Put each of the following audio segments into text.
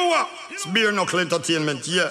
know what? It's Bare Knuckle Entertainment, yeah.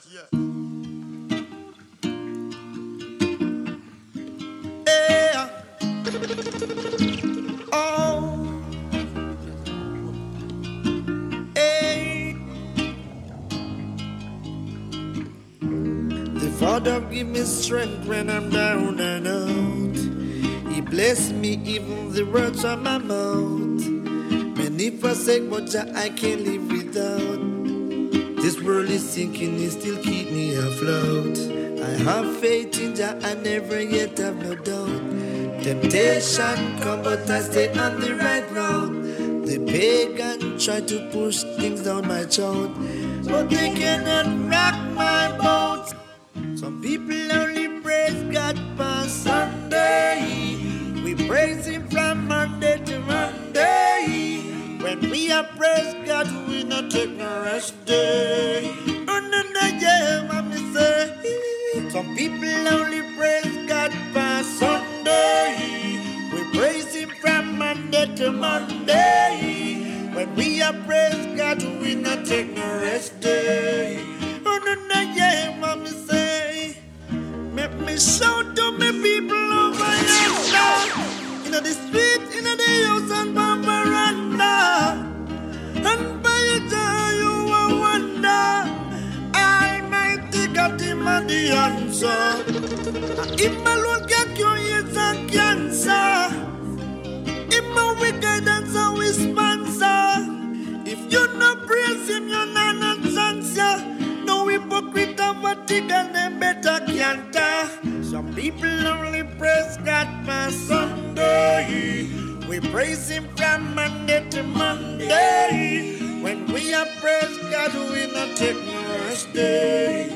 Father, give me strength when I'm down and out. He bless me even the words from my mouth. Many forsake, but I can't live without. This world is sinking, He still keep me afloat. I have faith in Jah, I never yet have no doubt. Temptation come, but I stay on the right road. The pagan try to push things down my throat, but they cannot rock my boat. Some people only praise God for Sunday. We praise Him from Monday to Monday. When we are praise God, we not take no rest day. Some people only praise God for Sunday. We praise Him from Monday to Monday. When we are praise God, we not take no rest day. Make me shout to me people over yonder, in the street, in the house and on veranda. And by your time you will wonder, Almighty God, Him and the answer. Him alone can cure yes and cancer. Him a wicked and so we sponsor. If you no praise Him, you no nonsense, yeah. No hypocrite of a tick and them better canter. Some people only praise God for Sunday. We praise Him from Monday to Monday. When we are praise God, we not take no rest day.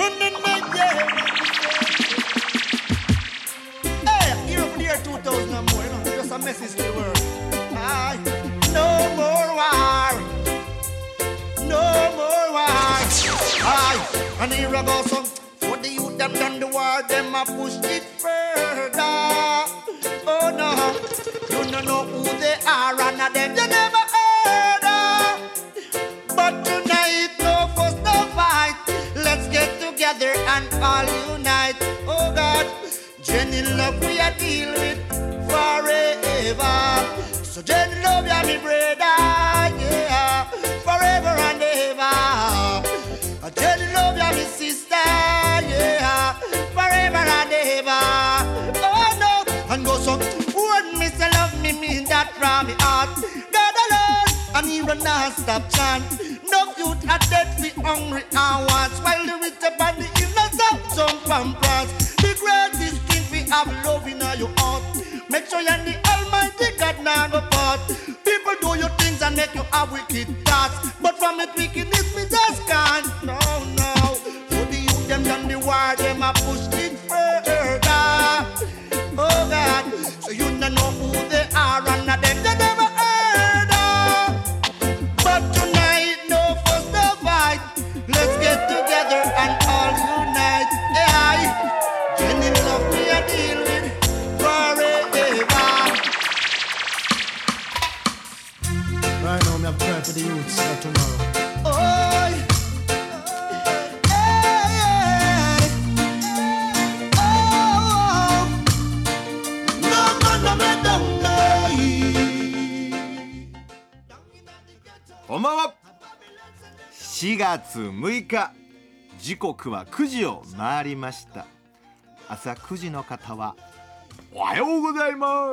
Hey, you're up here 2000 and more, you know, just a message to the world. Aye. No more war. No more war. Aye. And here I go some. For the youth them done the war, them a push it further. Oh no, you don't know who they are, and of them you never heard of. But tonight, no fuss, no fight. Let's get together and all unite. Oh God, Jenny love we a deal with forever. So Jenny love ya me brother, yeah, forever and ever. Jenny love ya me sister, yeah, forever and ever. Oh no, and go so. When me say love me, mean that from me heart. God alone, and He will not stop chant. No youth are dead, we hungry hours. While the rich up and the innocent some pampers. The greatest thing we have love in your heart. Make sure you're the Almighty God now go part. People do your things and make you have wicked thoughts, but from it wickedness we just can't. No, no. For the youth them done the war, them a pushed it further. Oh God, so you don't know who they are and of them you never heard of. But tonight, no fuss, no fight. Let's get together and all unite. Hey, Jenny love me a deal with forever. Right now, me have time for the youths for tomorrow. Oh, こんばんは。4月6日、時刻は9時を回りました。朝9時の方はおはようございます。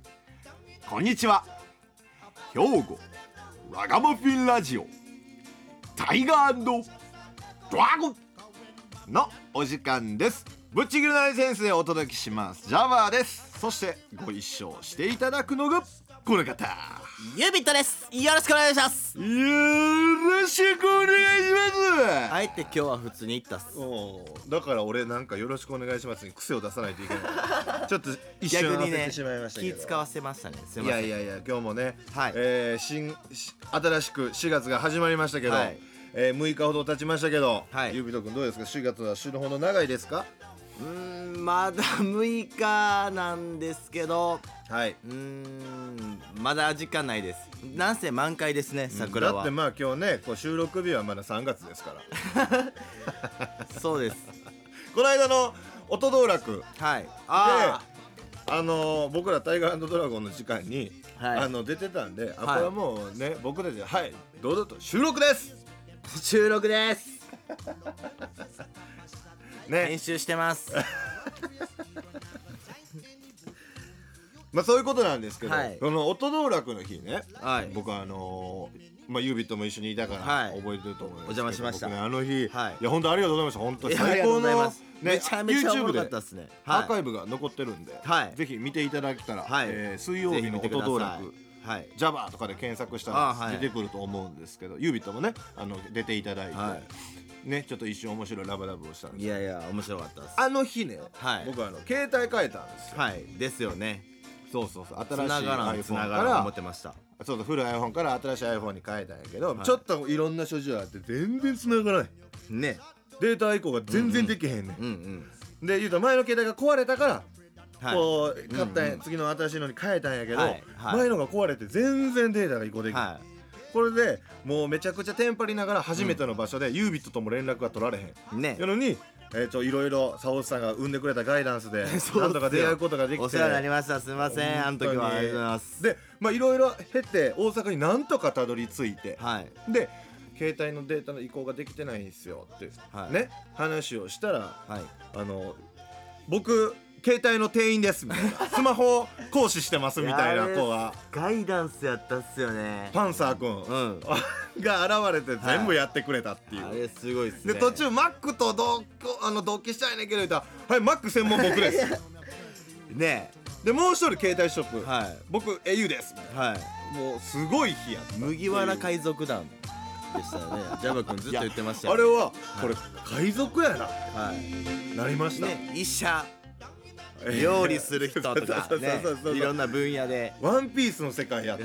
こんにちは。兵庫ラガマフィンラジオタイガー&ドラゴンのお時間です。ぶっちぎりの先生をお届けします。ジャバーです。そしてご一緒していただくのがこの方、 ユビットです。よろしくお願いします。 よろしくお願いします。 あえて今日は普通に言ったっす。 だから俺なんかよろしくお願いしますに癖を出さないといけないちょっと一瞬焦ってしまいましたけど、 気使わせましたね。すいません。 いや今日もね、 はい、 新しく4月が始まりましたけど、はい、6日ほど経ちましたけど、はい、ゆびとくんどうですか？4月は死ぬほど長いですか？ まだ6日なんですけど、 はい。 まだ時間ないです。なんせ満開ですね、桜は。 だってまあ今日ね、こう収録日はまだ3月ですからそうです。 この間の音道楽はい。 で僕らタイガー&ドラゴンの時間に、 はい、 出てたんで、これはもうね、僕たちはい堂々と収録です収録ですね、 編集してますまあそういうことなんですけど、 はい、 この音道楽の日ね、 はい、 僕まあユービットも一緒にいたから覚えてると思うんですけど、 お邪魔しました。 僕ね、あの日、 はい、 いや本当ありがとうございました。本当最高のね、めちゃめちゃおもろかったですね。 アーカイブが残ってるんで、 はい、 ぜひ見ていただけたら、 はい、 水曜日の音道楽、 はい、 ジャバーとかで検索したら出てくると思うんですけど、ユービットもね出ていただいて、はい、ね、ちょっと一瞬面白いラブラブをしたんです。 いやいや面白かったです。 あの日ね、 はい、 僕携帯変えたんですよ。 はいですよね。 そう新しい iPhone から思ってました。 そう古い iPhone から新しい iPhone に変えたんやけど、ちょっといろんな諸事情あって全然繋がらないね。 データ移行が全然できへんねん。で言うと前の携帯が壊れたからこう買ったんや、次の新しいのに変えたんやけど、前のが壊れて全然データが移行できない。これでもうめちゃくちゃテンパりながら初めての場所でユービットとも連絡が取られへん、やのにいろいろサオスさんが生んでくれたガイダンスでなんとか出会うことができてお世話になりました。すみません、あの時はありがとうございます。 でまあいろいろ経て大阪になんとかたどり着いて、で携帯のデータの移行ができてないんですよって、ね話をしたら、僕携帯の店員ですみたいなスマホ講師してますみたいな子がガイダンスやったっすよね。 パンサーくん、が現れて全部やってくれたっていう、 あれすごいっすね。 で途中マックと同期したいねんけど言ったらはいマック専門僕ですねでもう一人携帯ショップ、僕auですみたいな、もうすごい日やった。 麦わら海賊団でしたよね。ジャバ君ずっと言ってましたよ。 あれはこれ海賊やな、なりました。 医者料理する人とかね、いろんな分野でワンピースの世界やった、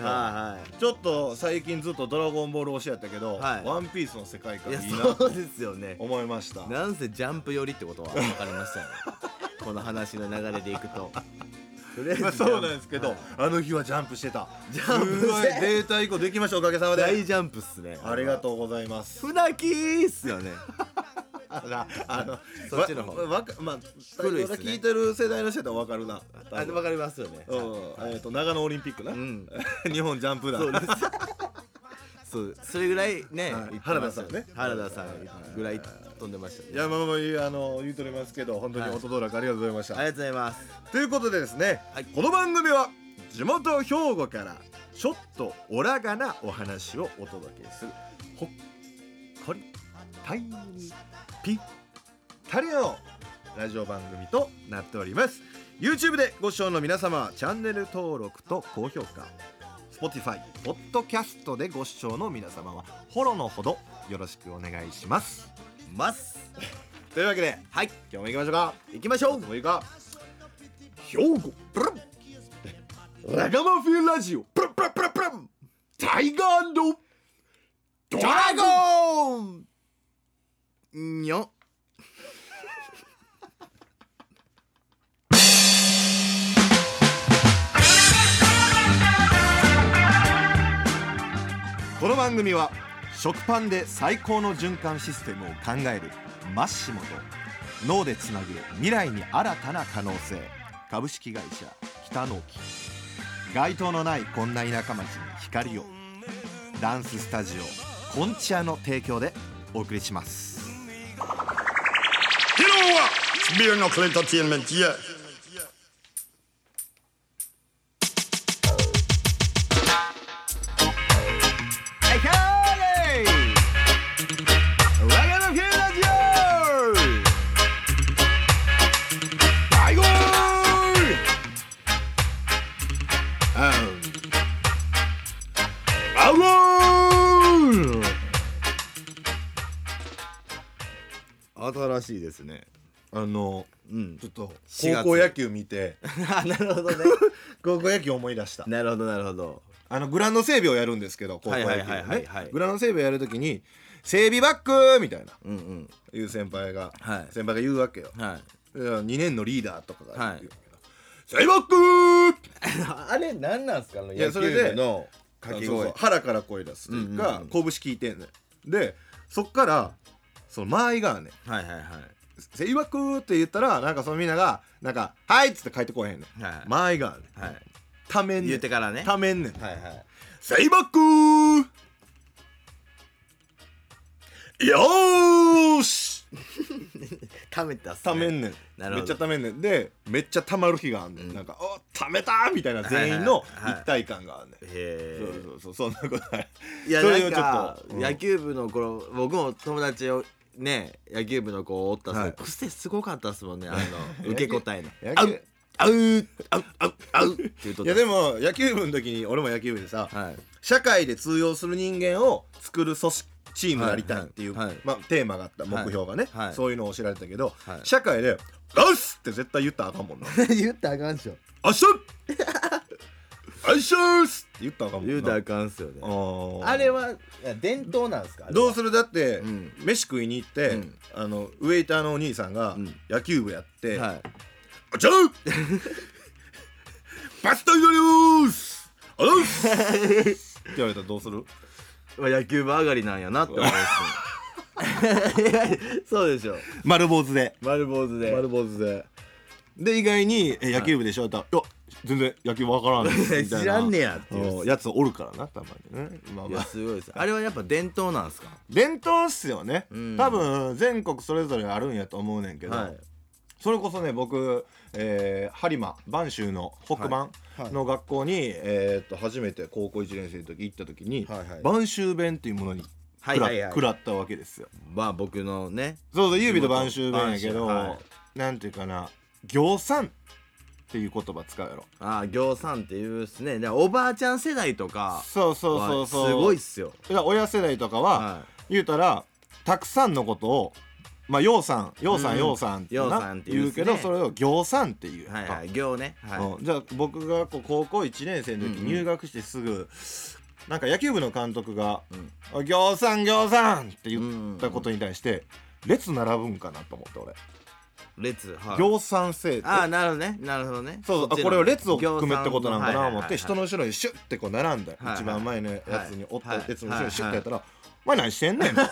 ちょっと最近ずっとドラゴンボール推しやったけど、ワンピースの世界観いいなそうですよね思いました。 なんせジャンプ寄りってことは分かりましたよねこの話の流れでいくとそうなんですけど、あの日はジャンプしてた。すごいデータ移行できました、おかげさまで。 大ジャンプっすね。 ありがとうございます。 船木っすよねそっちの方まあ古いっすね。聞いてる世代の人は分かるな。 分かりますよね。 長野オリンピックな、日本ジャンプだ。 それぐらいね、 原田さんね、 原田さんぐらい飛んでましたね。 いやまあ言うとりますけど、本当に音道楽ありがとうございました。 ありがとうございます。 ということでですね、この番組は地元兵庫からちょっとオラがなお話をお届けするほっこりタイムにぴったりのラジオ番組となっております。 YouTube でご視聴の皆様はチャンネル登録と高評価、 Spotify、ポッドキャストでご視聴の皆様はフォローのほどよろしくお願いしますというわけで、今日も行きましょうか。 行きましょう。 もういいか、兵庫プルンラガマフィンラジオプルンプルンプルンプルンタイガー&ドラゴンにょこの番組は食パンで最高の循環システムを考えるマッシモと脳でつなぐ未来に新たな可能性株式会社北の木、街灯のないこんな田舎町に光をダンススタジオコンチアの提供でお送りします。 You know what? It's Beer Knuckle Entertainment, yeah. 新しいですね。 ちょっと高校野球見てなるほどね高校野球思い出した。 なるほどなるほど。 グラウンド整備をやるんですけど、高校野球ね、グラウンド整備をやるときに整備バックみたいな、いう先輩が言うわけよ。 2年のリーダーとかがはいセイバックあれなんなんすか、 いやそれでの掛け声。 腹から声出すというか、拳聞いてんねん。でそっからその間合いがねはいはいはいセイバックって言ったらなんかそのみんながなんかはいっつって帰ってこへんねん、 はい間合いがある、 はいためんねん言ってからね。 ためんねん、 はいはいセイバックよーしためたっすね。 ためんねん、 なるほどめっちゃためんねんでめっちゃたまる日があんねん、なんかおためたーみたいな全員の一体感があんねん、 へそうそんなことないいやそれをなんかちょっと野球部の頃僕も友達をね野球部の子おったっすけど、 はい癖すごかったっすもんね、受け答えの野球あうあうあうあうあうって言うとったいやでも野球部の時に俺も野球部でさ、 はい社会で通用する人間を作る組織チームになりたいっていう、 はいはいまあ、テーマがあった目標がね、 はいそういうのを教えられたけど、 はい社会で「ガウス!」って絶対言ったらあかんもんな言ったらあかんっしょ 「あっしゃあっしゃーす!」って言ったらあかんもんな言うたらあかんっすよねああれはいや伝統なんすかどうするだって、 ん飯食いに行って、 うんウエイターのお兄さんがん野球部やって「 はいあちゃうバスタイドリュースあざっす!」って言われたらどうするまあ野球部上がりなんやなって思いますいやそうでしょ丸坊主で丸坊主で丸坊主でで意外に野球部でしょって言ったら「いや全然野球わからんです」みたいな知らんねやっていうやつおるからなたまにね、まあいまあ、 やすごいですあれはやっぱ伝統なんすか伝統っすよね、 ん多分全国それぞれあるんやと思うねんけど、 はいそれこそね僕、播磨播州の北番の学校に、初めて高校1年生の時行った時に、 はいはい播州弁っていうものにはいはいはい食らったわけですよ。 まあ僕のねそうそう優美と播州弁やけど、 播州なんていうかな行産っていう言葉使うやろ。 ああ行さんっていうっすねだからおばあちゃん世代とかそうそうそうそう、 すごいっすよだから親世代とかは、 は言うたらたくさんのことをまあようさんようさんうんようさんってようさんって言うっすね言うけどそれを行さんっていう、 はいはい行ねはいじゃあ僕がこう高校1年生の時入学してすぐ、なんか野球部の監督が「行さん行さん!」って言ったことに対して列並ぶんかなと思って俺列はい行さん制ってああなるほどねなるほどねそうそっちのこれを列を組むってことなんかな行さん思って人の後ろにシュッてこう並んだ、 はいはい一番前のやつにおったはい列の後ろにシュッてやったら「お前何してんねん」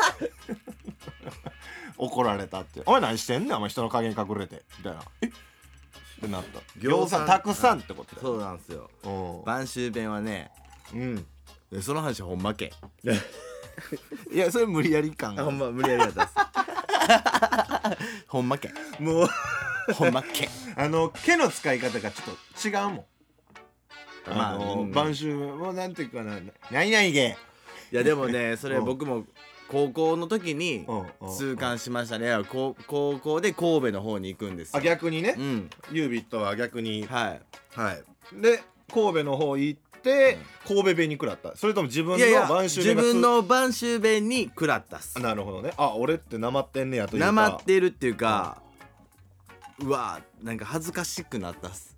怒られたって「お前何してんねんお前人の影に隠れて」みたいな「えっ?」ってなった行さんたくさんってことだよそうなんすようん播州弁はねうんでその話ほんまけいやそれ無理やり感があほんま無理やりやったっすほんまけもうほんまけ毛の使い方がちょっと違うもんまあうん播州もうなんていうかな何々げいやでもねそれうん僕も高校の時に痛感しましたね高校で神戸の方に行くんですよあ逆にねうんユービットは逆にはいはいで神戸の方行って神戸弁に食らったそれとも自分のいやいや播州自弁が分の播州弁に食らったっすなるほどねあ俺ってなまってんねやというかなまってるっていうかうわなんか恥ずかしくなったっす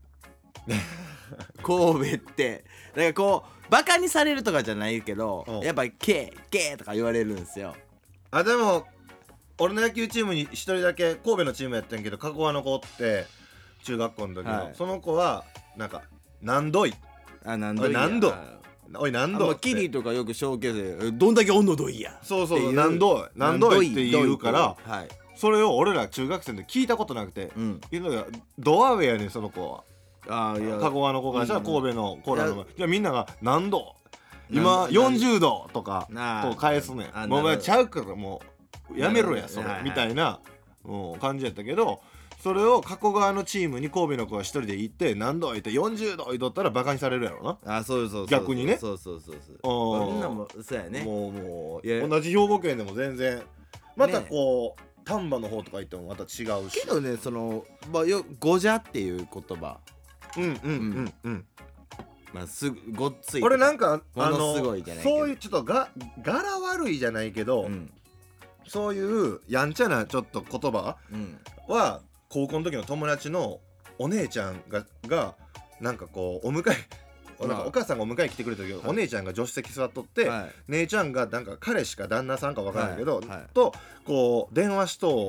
神戸ってなんかこうバカにされるとかじゃないけどうんやっぱ「ケー」とか言われるんですよあでも俺の野球チームに一人だけ神戸のチームやってんけど加古川の子って中学校の時の、 はいその子はなんか何度いあ何おい何度あおい何も度ってうキリとかよくショーケースでどんだけおんのどいやそうそうっていう何度何度いって言うからはいそれを俺ら中学生で聞いたことなくて、 うん言うのがドアウェイやねんその子はああいや加古川の子からしたらうん神戸の子らのいやじゃあみんなが何度今40度とかなあこう返すねあんもうお前なるほどちゃうからもうやめろやそれはいはいみたいな感じやったけどそれを加古川のチームに神戸の子が一人で行って何度いて40度いとったらバカにされるやろなあそうそうそう逆にねそうそうそうそうおーそんなもんそうやねもいやう同じ兵庫県でも全然またこう丹波の方とか行ってもまた違うしけどねそのまあごじゃっていう言葉うんうんうんうんまあすぐごっつい俺なんかものすごいじゃないけどそういうちょっと柄悪いじゃないけど、 うんそういうやんちゃなちょっと言葉うんは高校の時の友達のお姉ちゃんがなんかこうお迎えなんかお母さんがお迎え来てくれた時、お姉ちゃんが助手席座っとって、 はい姉ちゃんがなんか彼氏か旦那さんか分からないけど、 はいはいとこう電話しと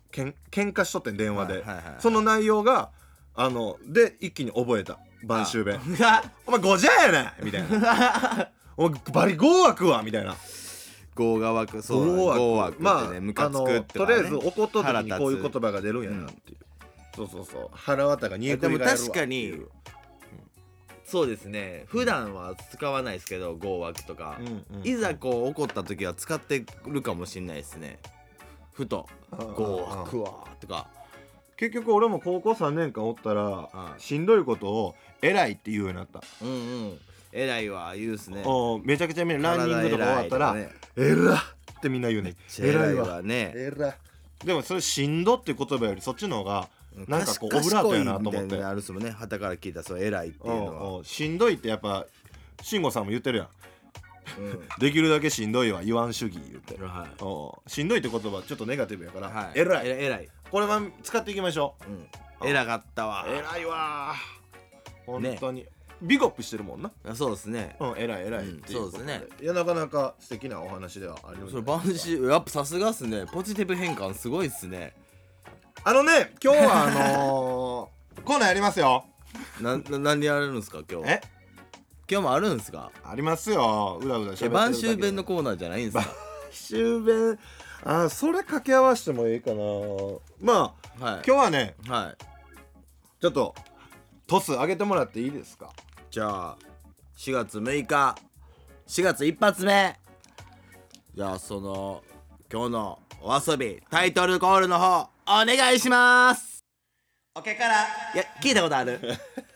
喧嘩しとってん電話で、 はいはいはいはいその内容がで一気に覚えた晩秋弁お前ゴジャやなみたいなお前バリゴーワクわみたいなゴーが湧くそうゴーワクってねムカつくってとりあえず怒っとった時にこういう言葉が出るんやなっていう、そう腹渡が煮えくでもり返るわ確かにそうですね普段は使わないですけどゴーワクとか、いざこう怒った時は使ってるかもしれないですねふとゴーワクわとか結局俺も高校3年間おったらしんどいことを偉いって言うようになった。 偉いわ言うっすね。 めちゃくちゃみんなランニングとか終わったら偉ってみんな言うね。 偉いわね。 偉でもそれしんどっていう言葉よりそっちの方がなんかこうオブラートやなと思って。 あるっすもんね。旗から聞いたそう偉いっていうのは。 しんどいってやっぱ慎吾さんも言ってるやん。できるだけしんどいは言わん主義言って、しんどいって言葉ちょっとネガティブやから、偉いこれは使っていきましょう。偉かったわ。 偉いわ本当にビッグアップしてるもんな。 そうですね。 偉いっていう。 そうですね。 いやなかなか素敵なお話ではあります。 それ晩秋やっぱさすがっすね。ポジティブ変換すごいっすね。 今日はコーナーやりますよ。 何やるんですか今日。今日もあるんですか。 ありますよ。うだうだしゃべってるだけ。 晩秋弁のコーナーじゃないんですか。 晩秋弁それ掛け合わせてもいいかな。まあ、今日はね、ちょっとトス上げてもらっていいですか。 じゃあ4月6日4月一発目、じゃあその今日のお遊びタイトルコールの方お願いします。オケから聞いたことある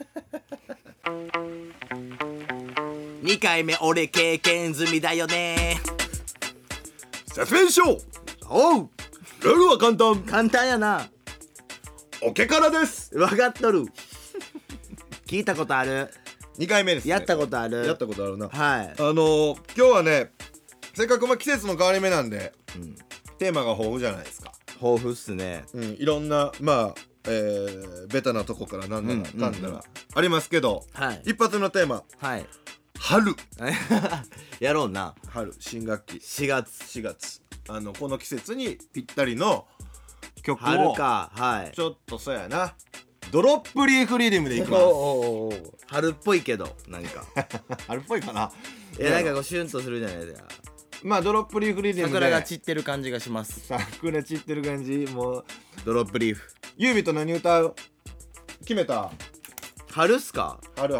2回目俺経験済みだよね。 説明しよう。おうルールは簡単やな。 オケからです。 分かっとる聞いたことある。 2回目です、ね、 やったことあるな。今日はねせっかく季節の変わり目なんで、テーマが豊富じゃないですか。 豊富っすね。 いろんなベタなとこからなんだらかんだらありますけど、一発のテーマ、春やろうな。 春新学期 4月この季節にぴったりの曲を春か、 ちょっとそうやなドロップリーフリリムでいきます。 春っぽいけどなんか春っぽいかな。 なんかこうシュンとするじゃないですか。 ドロップリーフリリムで桜が散ってる感じがします。 桜散ってる感じ。もうドロップリーフ。 ユービと何歌う決めた。 春っすか。 春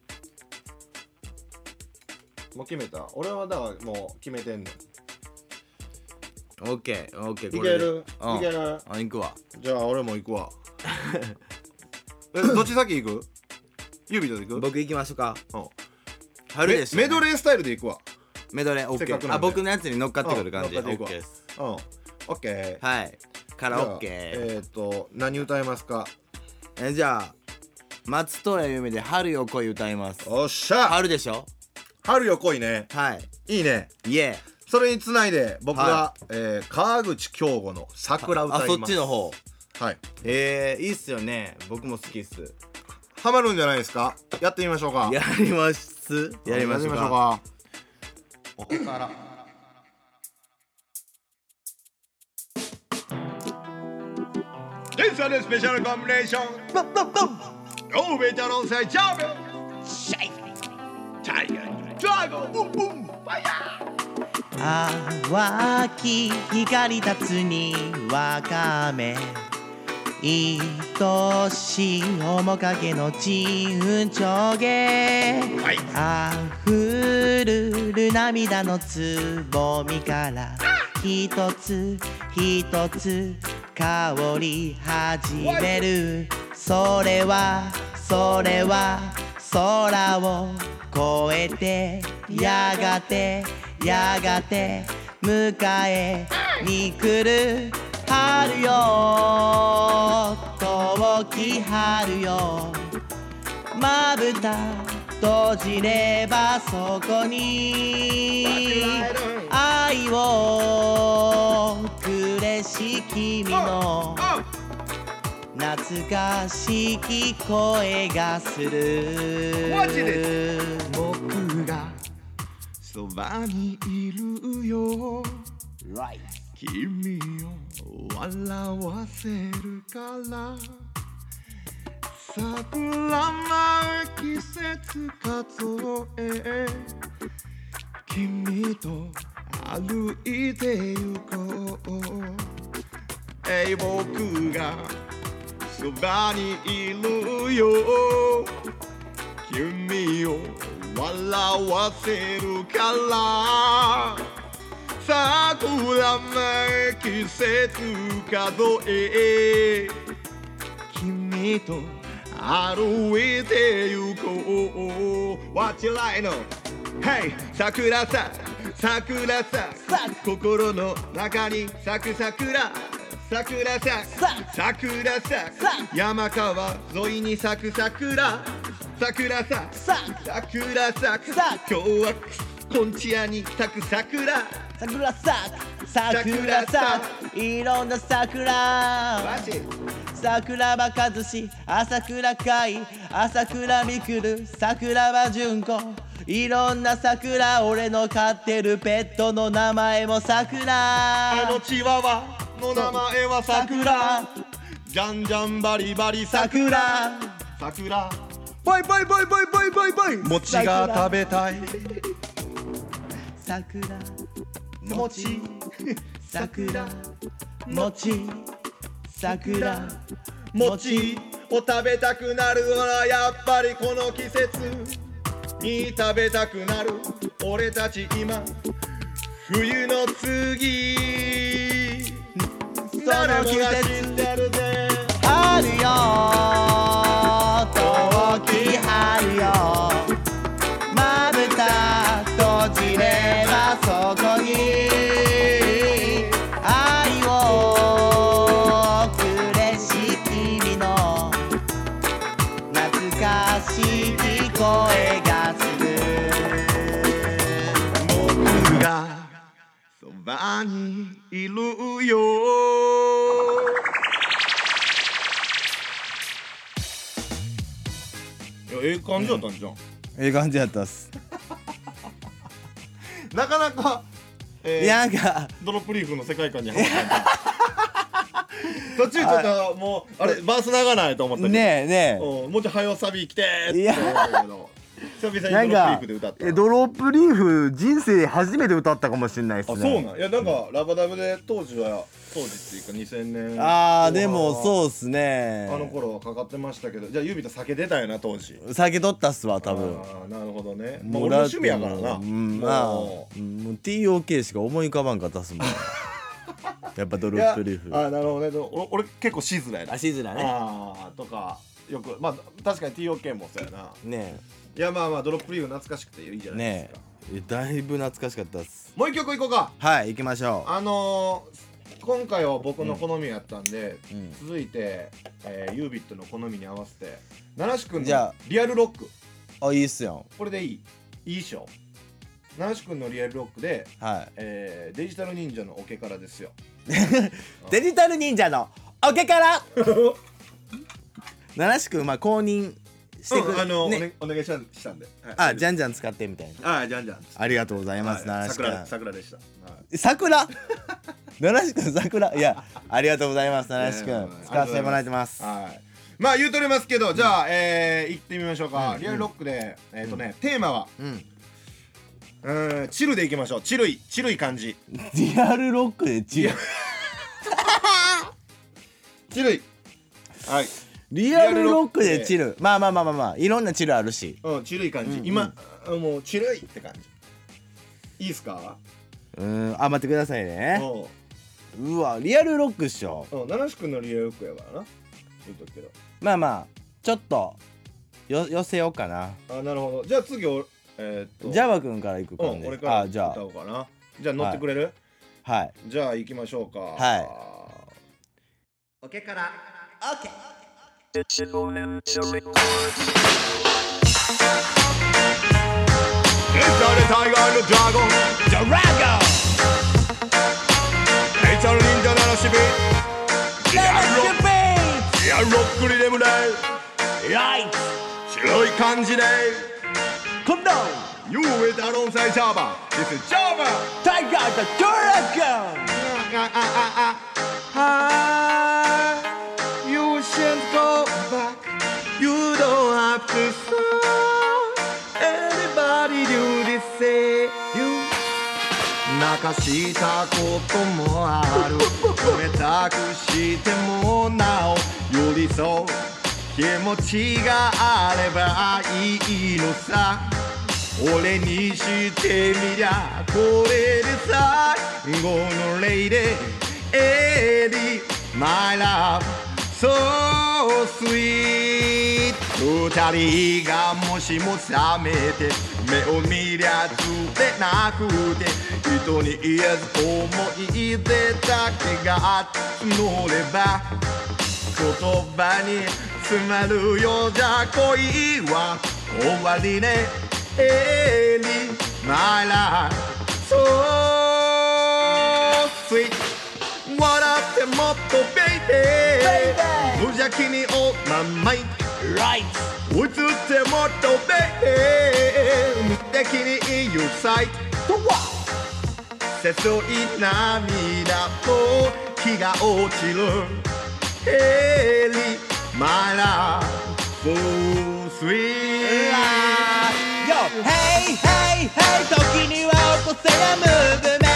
もう決めた。俺はだからもう決めてんねん。 オッケーいける行くわ。 じゃあ俺も行くわどっち先行く。ユービと行く。 僕行きましょうか。春です、 メドレースタイルで行くわ。 メドレーオッケー。僕のやつに乗っかってくる感じ。オッケーです。 オッケー。 はいカラオケ。 何歌いますか。 じゃあ松任谷由実で春よ来い歌います。 おっしゃ。 春でしょ。 春よ来いね。いいね。それにつないで僕は川口京吾の桜歌います。 そっちの方。いいっすよね。僕も好きっす。 ハマるんじゃないですか。やってみましょうか。 やりましょうか。 オケからThis is a special combination. Oh, wait alongside Java. Tiger, Drago, boom boom, fire. 淡き光立つにわかめ愛しい面影のちんちょげ、あふる涙のつぼみから一つ一つ香り始める。それは空を越えてやがて迎えに来る春よ遠き春よ。まぶた閉じればそこに愛をくれし君の懐かしき声がする。 僕がそばにいるよ。 君を笑わせるから桜舞う季節数え君と歩いて行こう僕がそばにいるよ君を笑わせるから桜舞う季節数え君と歩いて行こう What you like no? Hey 桜さ桜さ心の中に咲く桜桜さ桜さ山川沿いに咲く桜桜さ桜さ今日はこんちやに咲く桜桜桜いろんな桜桜庭和志朝倉海朝倉未来桜庭純子いろんな桜俺の飼ってるペットの名前も桜チワワの名前は桜じゃんじゃんバリバリ桜桜バイバイバイバイバイバイバイ餅が食べたい桜餅桜餅桜餅を食べたくなるのはやっぱりこの季節に食べたくなる俺たち今冬の次誰もが知ってるぜ春よ遠き春よまぶた閉じればそこに愛をくれし君の懐かしい声がする僕がそばにいるよええ感じだったんじゃん、 ええ感じやったっすなかなか、 なんかドロップリーフの世界観に入った途中ちょっともうあれバース長ないと思ったけどねえねもうちょい早サビ来てーっていや思ったけど久々 なんにドロップリーかフで歌ったドロップリーフ人生で初めて歌ったかもしれないですあ、 ねそうなんいやなんかラバダブで当時っていうか2000年あーでもそうっすねあの頃はかかってましたけどじゃあ指と酒出たんやな当時酒取ったっすわ多分あーなるほどねまあもう俺の趣味やからなうんもうまあもう TOK しか思い浮かばんかったっすもんやっぱドロップリーフあーなるほどね俺結構シズラやなしずらあーとかよくまあ確かに TOK もそうやなねいやまあまあドロップリーフ懐かしくていいじゃえないですかだいぶ懐かしかったっすもう一曲いこうかはい行きましょ今回は僕の好みやったんで、 うん続いて、ユービットの好みに合わせて七志くんのじゃあリアルロックうあいいっすよこれでいいっしょ七志くんのリアルロックで、 はデジタル忍者のオケからですよいデジタル忍者のオケから七志くん公認してくねお願いしたんで、はいあじゃんじゃん使ってみたいなじゃんじゃんありがとうございますはい七志くん桜でした、はい桜七志くん桜いやありがとうございます七志くん使わせてもらってますはいまあ言うとりますけどじゃあ行ってみましょうかリアルロックでテーマはチルでいきましょうチルい感じリアルロックでチルチルいはいリアルロックでチルまあいろんなチルあるしチルい感じ今もうチルいって感じいいっすかあ待ってくださいねうわリアルロックっしょ七志くんのリアルロックやからな言うとくけどまあちょっと寄せようかななるほどじゃあ次俺ジャバくんから行くかね俺からじゃ歌おうかなじゃあ乗ってくれるはいじゃあ行きましょうかはいオケからオケタイガーのドラゴンドラゴデジタル忍者七志ビリアルロックリレムでライ白い感じでト今度 You with alongside Java This is Java タイガーとドラゴン You should go back. You don't have to stop. Everybody do the same. You 泣かしたこともある。冷たくしてもなお寄り添う気持ちがあればいいのさ。俺にしてみりゃこれでさ。このレイでエリ My love so sweet。 二人がもしも覚めて目を見りゃつれなくて人に言えず思い出だけが募れば言葉に詰まるようじゃ恋は終わりね。エリ My love so sweet。 笑ってもっとベイベー無邪気に all my mind Right 映ってもっとベイベー無敵に in your sight。 切い涙と日が落ちるエリ My love so sweet。 Yo Hey Hey Hey 時には起こせやムーブメント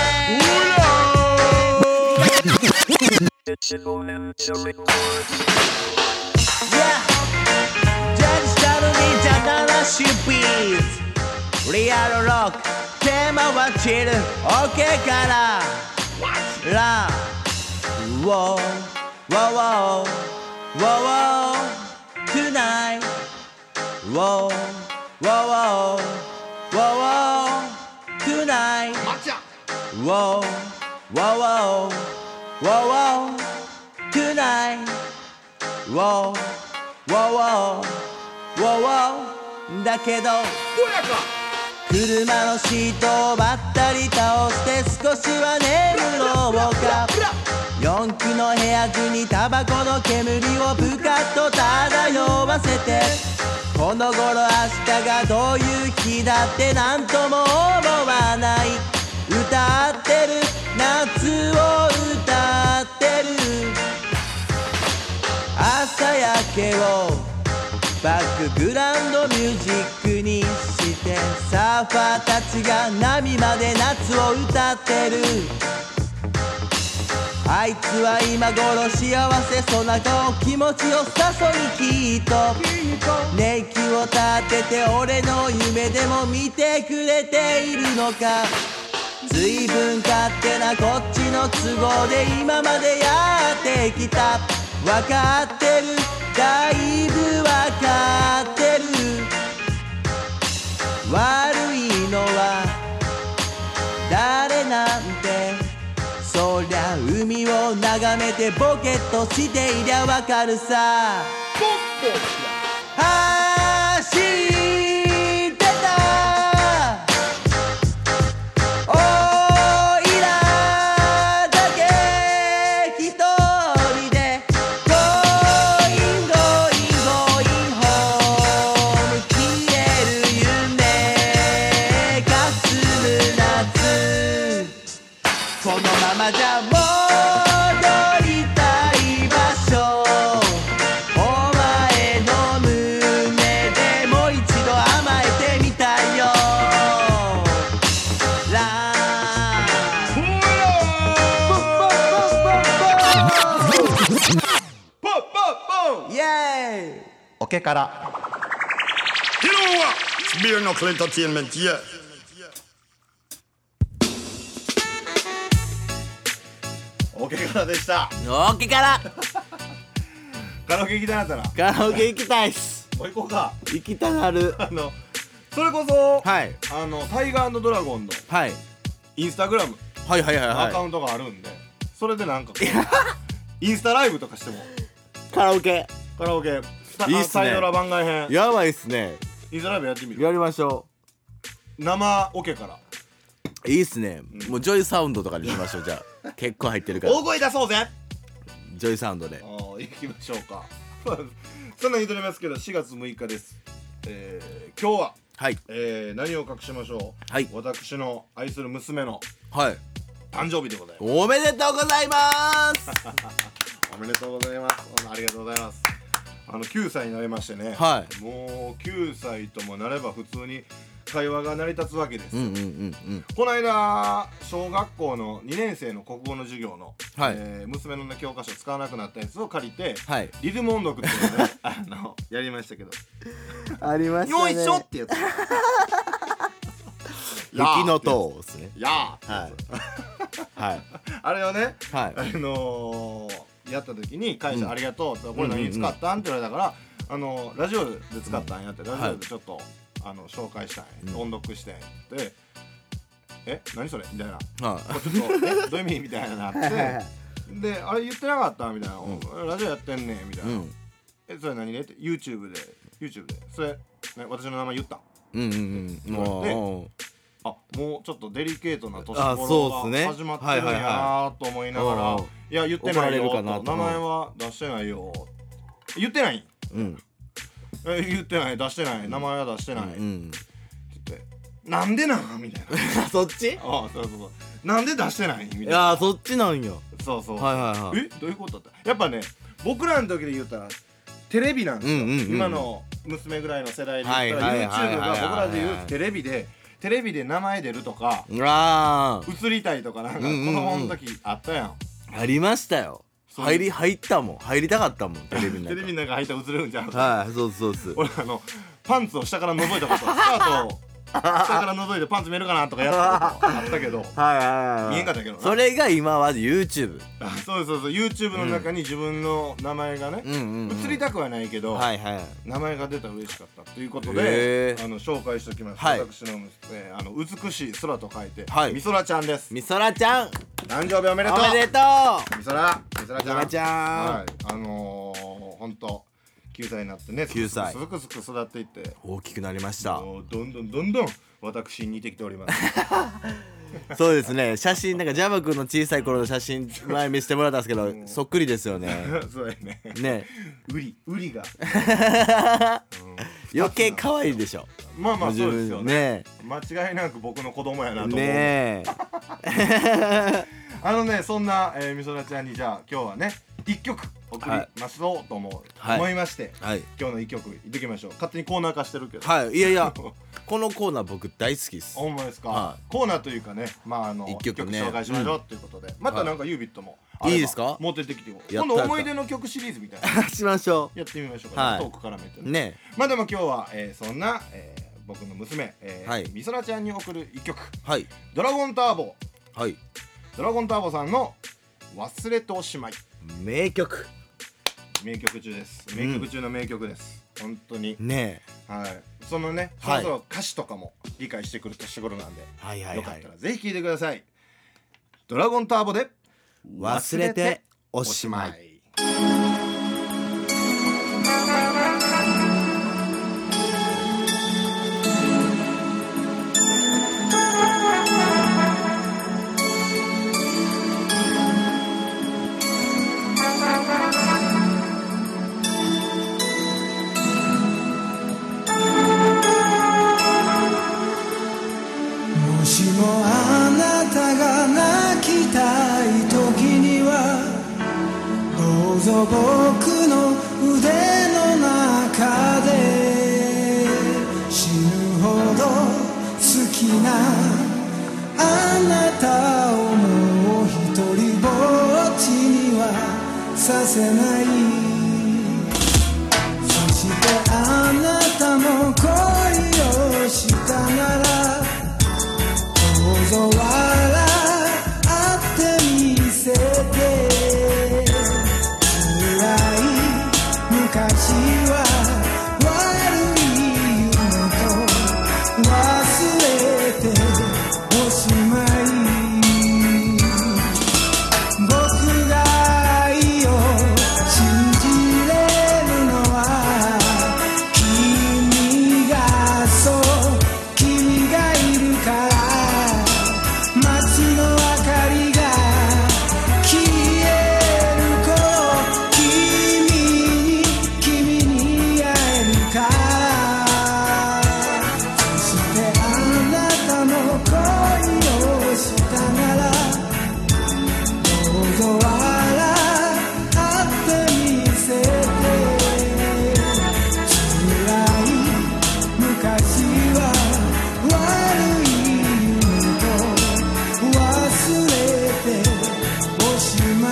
Yeah ジャッジしたのにじゃなしビーズリアルロックテーマはチル OK からラン Wow Wow Wow Wow Tonight Wow Wow Wow Wow Tonight Wow Wow Wow Wow Tonight Wow Wow Wow だけど車のシートをばったり倒して少しは眠ろうか。四駆の部屋中にタバコの煙をぷかっと漂わせてこの頃明日がどういう日だってなんとも思わない。歌ってる夏を歌ってる朝焼けをバックグラウンドミュージックにしてサーファーたちが波まで夏を歌ってる。あいつは今頃幸せそうな顔気持ちよさそうにきっとネキを立てて俺の夢でも見てくれているのか。随分勝手なこっちの都合で今までやってきた。わかってるだいぶわかってる。悪いのは誰なんてそりゃ海を眺めてボケっとしていりゃわかるさ。走ってたおいらだけ一人でGoing home 消える夢かすむ夏このままじゃ戻りたい場所お前の胸でもう一度甘えてみたいよラーンイエーイオケから You know what? It's Beer Knuckle Entertainment, yeah. オーケーからでした。 オッケーからカラオケ行きたなったらカラオケ行きたいっす。 もう行こうか。 行きたなる。 それこそ、 はいタイガー&ドラゴンのはいインスタグラムはいはいはいはアカウントがあるんで、それでなんかこうインスタライブとかしてもいカラオケカラオケいいっすねサイドラ番外編やばいっすね。 インスタライブやってみる。 やりましょ生オケからう。いいっすね、もうジョイサウンドとかにしましょう。じゃあ結構入ってるから大声出そうぜ。 ジョイサウンドで行きましょうか。そんなに言うとりますけど4月6日です。今日は、 はい何を隠しましょう、 はい私の愛する娘のはい誕生日でございます。 おめでとうございますおめでとうございます。ありがとうございます。9歳になりましてね、 はもう9歳ともなれば普通に会話が成り立つわけです。 うんうんうんこの間小学校の2年生の国語の授業の、 はい娘の、ね、教科書使わなくなったやつを借りて、 はい、 リズム音読っていうのねやりましたけどありましたね。 よいしょってやつ雪の塔ですね。 やーはいはいあれをね、 はいやった時に会社ありがとうって、これ何に使ったんって言われたから、ラジオで使ったんやって、ラジオでちょっと、紹介したんや、音読してんで、何それみたいな、 はちょっとどういう意味みたいななってで、あれ言ってなかったみたいな、ラジオやってんねんみたいな、それ何ねって YouTube でそれ、ね、私の名前言ったうんもうちょっとデリケートな年そうっ頃すねが始まってるんやなと思いながら、いや言ってないよと、名前は出してないよ、言ってない、言ってない、出してない、名前は出してないって言って、なんでなんみたいなそっち？ そうなんで出してないみたいな。 いやそっちなんや。 そうどうはいいうことだったやっぱね、僕らの時で言ったらテレビなんですよ、今の娘ぐらいの世代で言ったら YouTube が僕らで言うテレビで名前出るとか映りたいとかなんか子供の時あったやん。 ありましたよ。入りたかったもん、テレビの中。 テレビの中入ったら映れるんじゃん。 はい、そう俺パンツを下から覗いたこと、スカートを下から覗いてパンツ見えるかなとかやったことあったけど、見えんかったけどな。 それが今は YouTube。 そう YouTube の中に自分の名前がね、映りたくはないけど名前が出たら嬉しかったということで紹介しておきます。私の娘、美しい空と書いてみそらちゃんです。 みそらちゃん、 誕生日おめでとう。 おめでとうみそらちゃん。 はい、 ほんと9歳になってね、すくすく育っていって大きくなりました。 どんどん私に似てきておりますそうですね、写真なんかジャム君の小さい頃の写真前見せてもらったんですけど、そっくりですよね。 そうやね。 ね、 ウリが余計可愛いでしょ。 まあそうですよね。間違いなく僕の子供やなと思うね。そんなみそらちゃんにじゃあ今日はね1曲送りますぞと思いまして、今日の1曲いってきましょう。勝手にコーナー化してるけど、 いやこのコーナー僕大好きです。 ほんまですか。コーナーというかね、1曲紹介しましょうということで、またなんかユービットもいいですか、 持ってってきて、今度思い出の曲シリーズみたいなしましょう。 やってみましょうか。トーク絡めてね。でも今日はそんな僕の娘みそらちゃんに送る1曲、ドラゴンターボさんの忘れておしまい。 名曲中です。名曲中の名曲です。本当にね。 そのね、そろそろ歌詞とかも理解してくる年頃なんで、よかったらぜひ聴いてください。ドラゴンターボで忘れておしまい。 もしもあなたが泣きたい時にはどうぞ僕の腕の中で死ぬほど好きなあなたをもう一人ぼっちにはさせない。そしてあなたも恋をしたならどうぞ笑ってみせて。辛い昔は悪い夢と忘れておしまい。僕が愛を信と笑ってみせて辛い昔は悪い夢と忘れておしま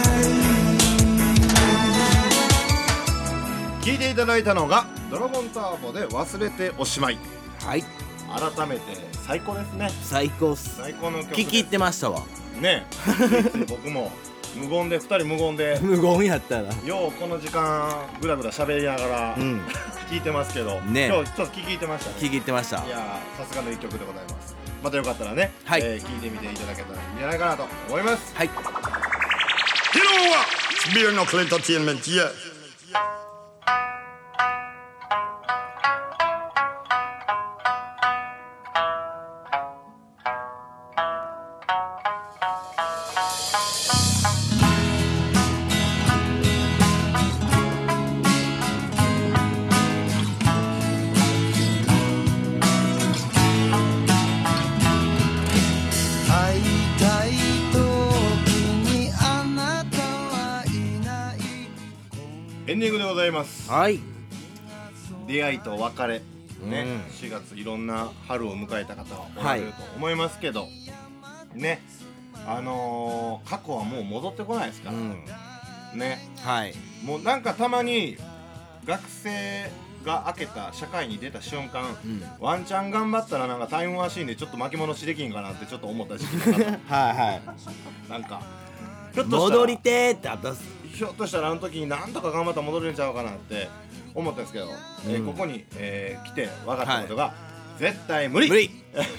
い。 聞いていただいたのがドラゴンターボで忘れておしまい。 はい、 改めて最高ですね。 最高っす。 最高の曲です。 聞き入ってましたわ。 ね僕も無言で2人無言で無言やったらようこの時間ぐだぐだ喋りながら、聞いてますけど、 ね、 今日ちょっと聞き入ってましたね。 聞き入ってました。 いやさすがの一曲でございます。またよかったらね、 はい、 聞いてみていただけたらいいんじゃないかなと思います。 はい。 You know what? It's Beer Knuckle Entertainment, yeah. エンディングでございます。 はい。 出会いと別れね、4月いろんな春を迎えた方はおられると思いますけど、ね、過去はもう戻ってこないですから、ね、 はい。 もうなんかたまに学生が明けた社会に出た瞬間、ワンチャン頑張ったらなんかタイムマシーンでちょっと巻き戻しできんかなってちょっと思った時期がはいはい。 なんか戻りてーってあったっす。 ひょっとしたらあの時になんとか頑張ったら戻れるんちゃうかなって思ったんですけど、ここに、来て分かったことが、絶対無理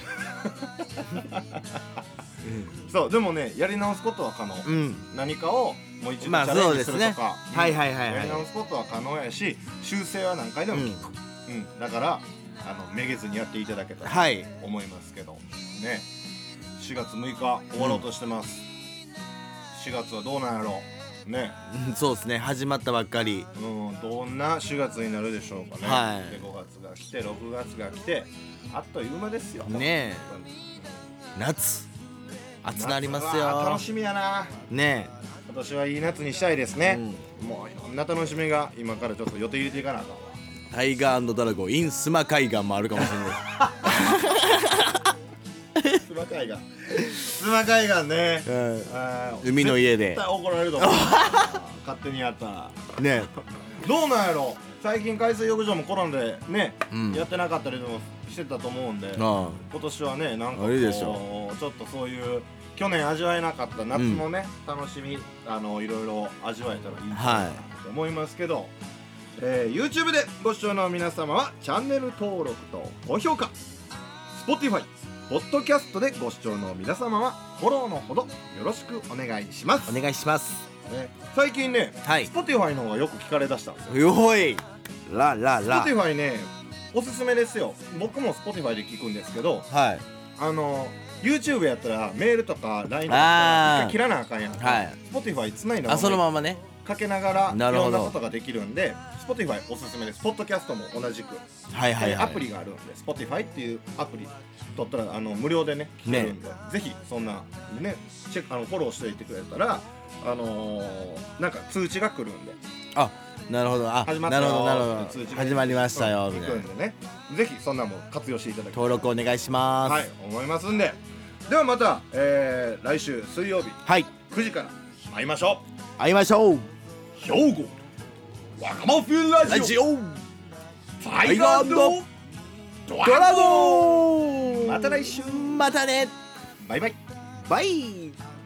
そうでもね、やり直すことは可能、何かをもう一度チャレンジするとか、やり直すことは可能やし、修正は何回でも効く、だからめげずにやっていただけたらと思いますけど、ね、4月6日終わろうとしてます、4月はどうなんやろうね、 そうですね、始まったばっかり、 どんな4月になるでしょうかね、で5月が来て6月が来てあっという間ですよね。夏暑なりますよ。 楽しみやなね。 今年はいい夏にしたいですね、もういろんな楽しみが今からちょっと予定入れていかなあかんわ。 タイガー&ドラゴン in 須磨海岸もあるかもしれない須磨海岸須磨海岸ね、 海の家で絶対怒られると思う勝手にやったらね。 どうなんやろ、最近海水浴場もコロナでね、やってなかったりでもしてたと思うんで、今年はね、なんかこうちょっとそういう去年味わえなかった夏のね、楽しみいろいろ味わえたらいいなと思いますけど、YouTube でご視聴の皆様はチャンネル登録と高評価、 Spotify、ポッドキャストでご視聴の皆様はフォローのほどよろしくお願いします。 お願いします、 最近ね、Spotify の方がよく聞かれだしたんですよ。 よいラララ Spotify ね、おすすめですよ。僕も Spotify で聞くんですけど、YouTube やったらメールとか LINE とか一回切らなあかんやん、Spotify つないだそのままねかけながらいろんなことができるんで、Spotify おすすめです。ポッドキャストも同じく、アプリがあるんで Spotify っていうアプリ取ったら無料でね聞けるんで、ぜひそんなねチェックフォローしておいてくれたらなんか通知が来るんで、 なるほど、 始まったよ、 なるほど始まりましたよみたいな、 ね、ぜひそんなも活用していただき登録お願いします。 はい、思いますんで、ではまた、来週水曜日、9時から会いましょう。兵庫わがまフィンラジオタイガー&ドラゴン、また来週、 またね、 バイバイ。 バイ。